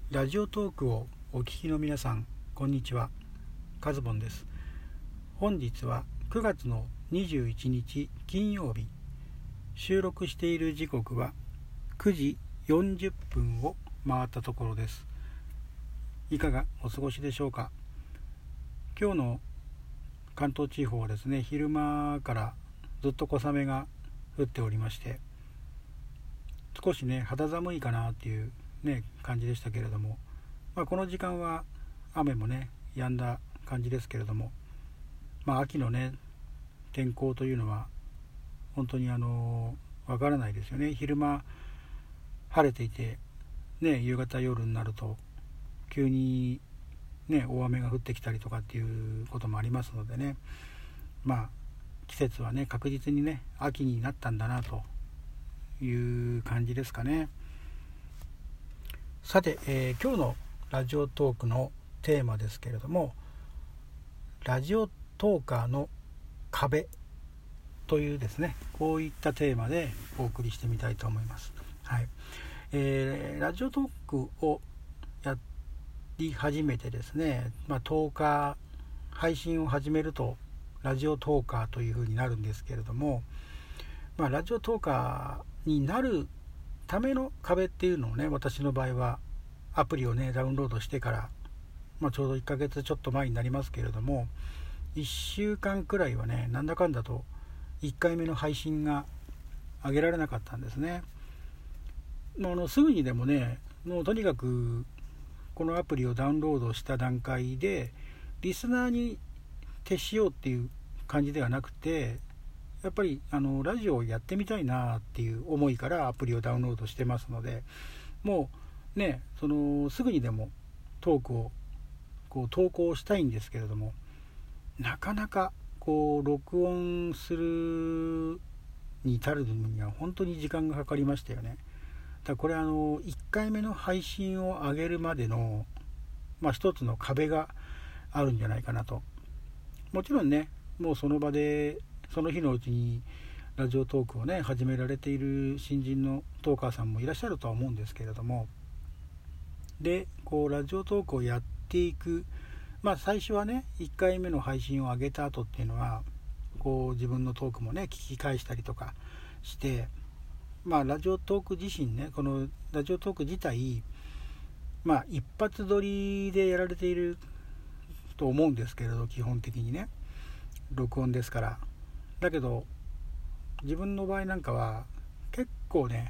ラジオトークをお聞きの皆さん、こんにちは。カズボンです。本日は9月の21日金曜日、収録している時刻は9時40分を回ったところです。いかがお過ごしでしょうか。今日の関東地方はですね、昼間からずっと小雨が降っておりまして、少しね肌寒いかなっていう感じでしたけれども、この時間は雨もね止んだ感じですけれども、秋のね天候というのは本当にわからないですよね。昼間晴れていて夕方夜になると急に大雨が降ってきたりとかっていうこともありますのでね、季節はね確実にね秋になったんだなという感じですかね。さて、今日のラジオトークのテーマですけれども、ラジオトーカーの壁というですね、こういったテーマでお送りしてみたいと思います。はい。ラジオトークをやり始めてですね、10日配信を始めるとラジオトーカーというふうになるんですけれども、ラジオトーカーになるための壁っていうのをね、私の場合はアプリをねダウンロードしてから、ちょうど1ヶ月ちょっと前になりますけれども、1週間くらいはねなんだかんだと1回目の配信が上げられなかったんですね。すぐにでもね、もうとにかくこのアプリをダウンロードした段階でリスナーに徹しようっていう感じではなくて、やっぱりラジオをやってみたいなっていう思いからアプリをダウンロードしてますので、もうねすぐにでもトークを投稿したいんですけれども、なかなか録音するに至るのには本当に時間がかかりましたよね。だからこれ1回目の配信を上げるまでの一つの壁があるんじゃないかなと。もちろんね、もうその場でその日のうちにラジオトークをね始められている新人のトーカーさんもいらっしゃるとは思うんですけれども、でラジオトークをやっていく、最初はね1回目の配信を上げた後っていうのは自分のトークもね聞き返したりとかして、ラジオトーク自身ね、このラジオトーク自体一発撮りでやられていると思うんですけれど、基本的にね録音ですから。だけど自分の場合なんかは結構ね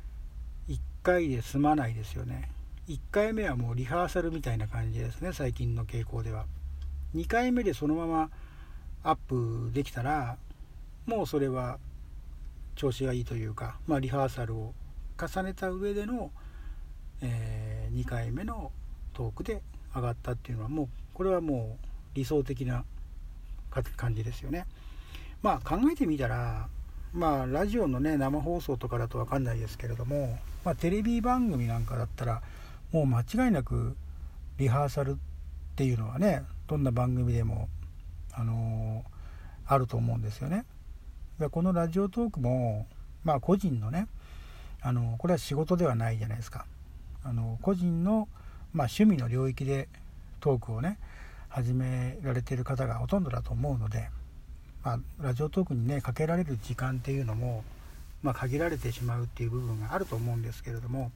1回で済まないですよね。1回目はもうリハーサルみたいな感じですね、最近の傾向では。2回目でそのままアップできたらもうそれは調子がいいというか、リハーサルを重ねた上での、2回目のトークで上がったっていうのは、もうこれはもう理想的な感じですよね。考えてみたら、ラジオのね生放送とかだと分かんないですけれども、テレビ番組なんかだったらもう間違いなくリハーサルっていうのはね、どんな番組でもあると思うんですよね。このラジオトークも個人のねこれは仕事ではないじゃないですか。個人の趣味の領域でトークをね始められている方がほとんどだと思うので、ラジオトークにねかけられる時間っていうのも限られてしまうっていう部分があると思うんですけれども、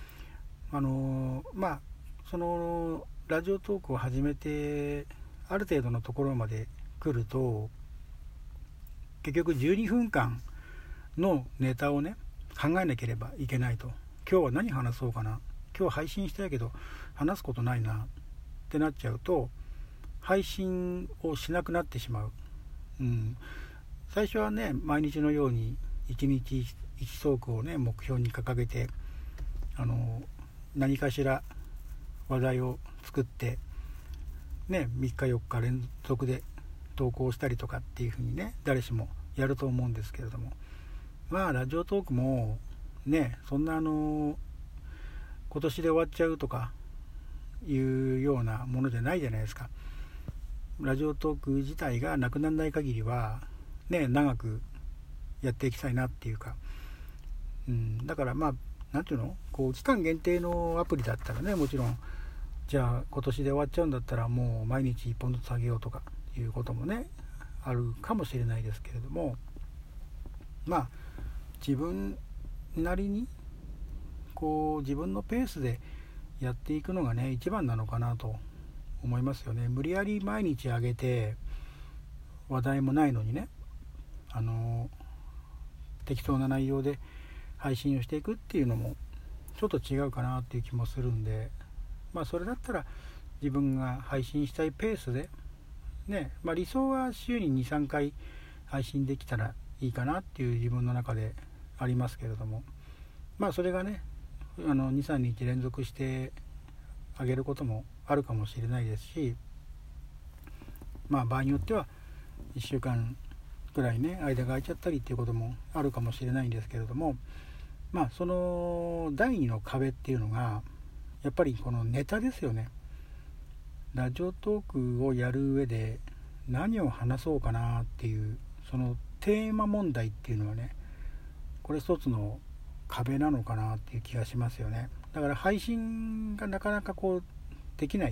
そのラジオトークを始めてある程度のところまで来ると、結局12分間のネタをね考えなければいけないと。今日は何話そうかな、今日配信したいけど話すことないなってなっちゃうと配信をしなくなってしまう。最初はね毎日のように1日1トークをね目標に掲げて何かしら話題を作って3日4日連続で投稿したりとかっていう風にね誰しもやると思うんですけれども、ラジオトークもねそんな今年で終わっちゃうとかいうようなものじゃないじゃないですか。ラジオトーク自体がなくならない限りはね長くやっていきたいなっていうか、だからなんていうの、こう期間限定のアプリだったらね、もちろんじゃあ今年で終わっちゃうんだったらもう毎日1本ずつあげようとかいうこともねあるかもしれないですけれども、まあ自分なりにこう自分のペースでやっていくのがね一番なのかなと思いますよね。無理やり毎日あげて話題もないのにね、適当な内容で配信をしていくっていうのもちょっと違うかなっていう気もするんで、それだったら自分が配信したいペースでね、理想は週に 2,3 回配信できたらいいかなっていう自分の中でありますけれども、それがね2、3日連続してあげることもあるかもしれないですし、場合によっては1週間くらいね間が空いちゃったりっていうこともあるかもしれないんですけれども、その第二の壁っていうのがやっぱりこのネタですよね。ラジオトークをやる上で何を話そうかなっていうそのテーマ問題っていうのはね、これ一つの壁なのかなっていう気がしますよね。だから配信がなかなかこうできない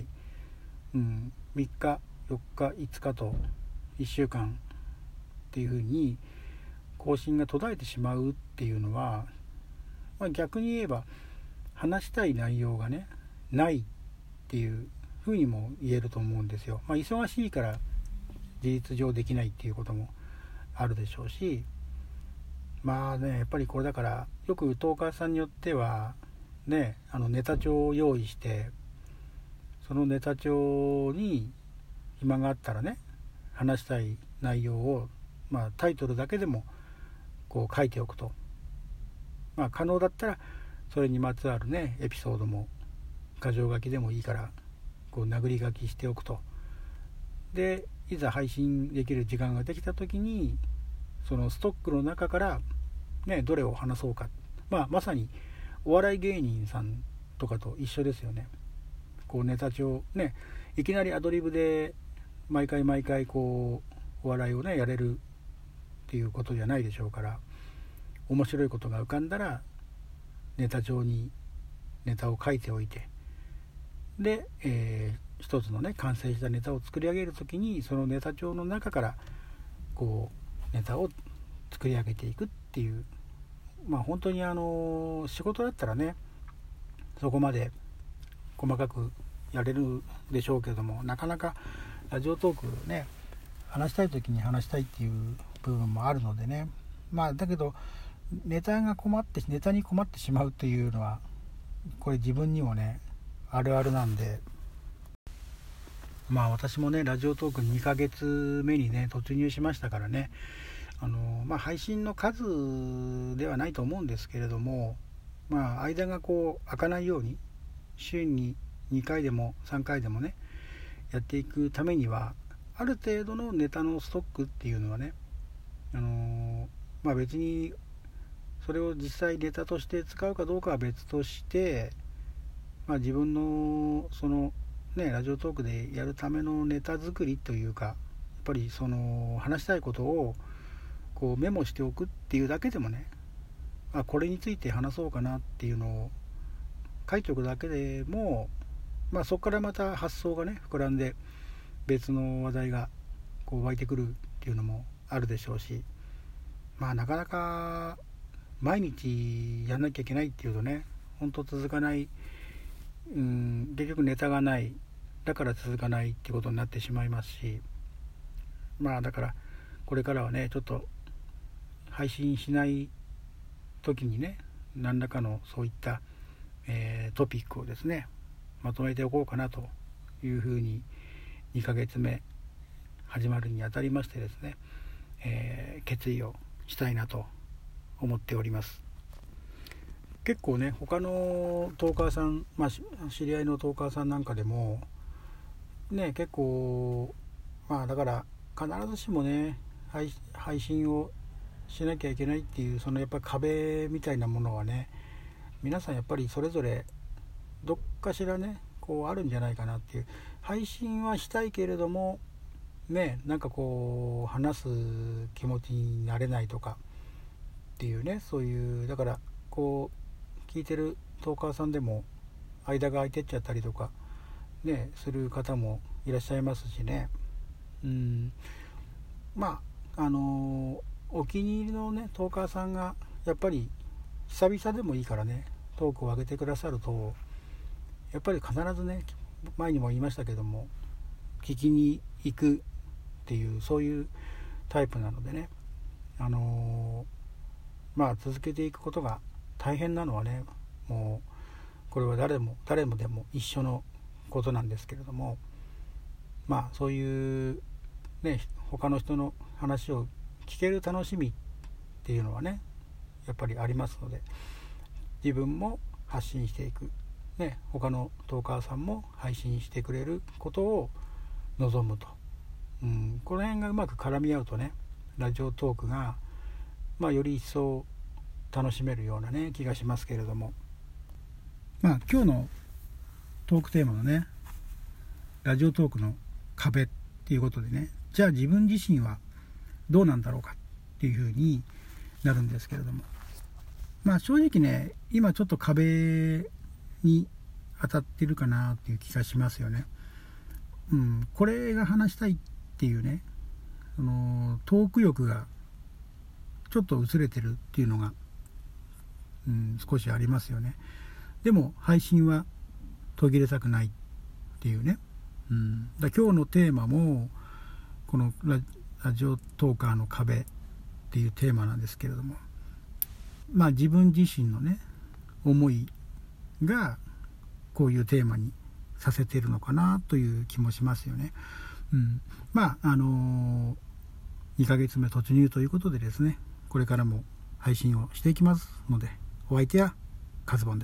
、3日4日5日と1週間っていう風に更新が途絶えてしまうっていうのは、逆に言えば話したい内容がねないっていう風にも言えると思うんですよ。忙しいから事実上できないっていうこともあるでしょうし、やっぱりこれだからよくトーカーさんによってはねネタ帳を用意して、そのネタ帳に暇があったらね話したい内容を、タイトルだけでもこう書いておくと、可能だったらそれにまつわるねエピソードも箇条書きでもいいからこう殴り書きしておくと。でいざ配信できる時間ができた時にそのストックの中からねどれを話そうか、まさにお笑い芸人さんとかと一緒ですよね。こうネタ帳ね、いきなりアドリブで毎回こうお笑いをねやれるっていうことじゃないでしょうから、面白いことが浮かんだらネタ帳にネタを書いておいて、で、一つのね完成したネタを作り上げるときにそのネタ帳の中からこうネタを作り上げていくっていう、本当に仕事だったらねそこまで細かくやれるでしょうけども、なかなかラジオトークね話したい時に話したいっていう部分もあるのでね、だけどネタに困ってしまうっていうのはこれ自分にもねあるあるなんで、私もねラジオトーク2ヶ月目にね突入しましたからね、配信の数ではないと思うんですけれども、間がこう開かないように週に2回でも3回でもねやっていくためにはある程度のネタのストックっていうのはね、別にそれを実際ネタとして使うかどうかは別として、自分のそのねラジオトークでやるためのネタ作りというか、やっぱりその話したいことをこうメモしておくっていうだけでもね、これについて話そうかなっていうのを書いておくだけでも、そこからまた発想がね膨らんで別の話題がこう湧いてくるっていうのもあるでしょうし、なかなか毎日やんなきゃいけないっていうとね本当続かない、結局ネタがない、だから続かないってことになってしまいますし、だからこれからはねちょっと配信しない時にね何らかのそういった、トピックをですねまとめておこうかなというふうに2ヶ月目始まるにあたりましてですね、決意をしたいなと思っております。結構ね他のトーカーさん、知り合いのトーカーさんなんかでもね結構だから必ずしもね配信をしなきゃいけないっていうそのやっぱり壁みたいなものはね皆さんやっぱりそれぞれどっかしらねこうあるんじゃないかなっていう。配信はしたいけれどもねなんかこう話す気持ちになれないとかっていうね、そういうだからこう聞いてるトーカーさんでも間が空いてっちゃったりとかねする方もいらっしゃいますしね。まあお気に入りのねトーカーさんがやっぱり久々でもいいからねトークを上げてくださると、やっぱり必ずね、前にも言いましたけども、聞きに行くっていうそういうタイプなのでね、続けていくことが大変なのはね、もうこれは誰もでも一緒のことなんですけれども、そういうね他の人の話を聞ける楽しみっていうのはねやっぱりありますので、自分も発信していく、他のトーカーさんも配信してくれることを望むと、この辺がうまく絡み合うとね、ラジオトークが、より一層楽しめるようなね気がしますけれども、今日のトークテーマのねラジオトークの壁っていうことでね、じゃあ自分自身はどうなんだろうかっていうふうになるんですけれども、正直ね今ちょっと壁に当たってるかなっていう気がしますよね。これが話したいっていうね、トーク欲がちょっと薄れてるっていうのが、少しありますよね。でも配信は途切れたくないっていうね、今日のテーマもこのラジオトーカーの壁っていうテーマなんですけれども、自分自身のね思いがこういうテーマにさせているのかなという気もしますよね。2ヶ月目突入ということでですね、これからも配信をしていきますので、お相手はカズボンです。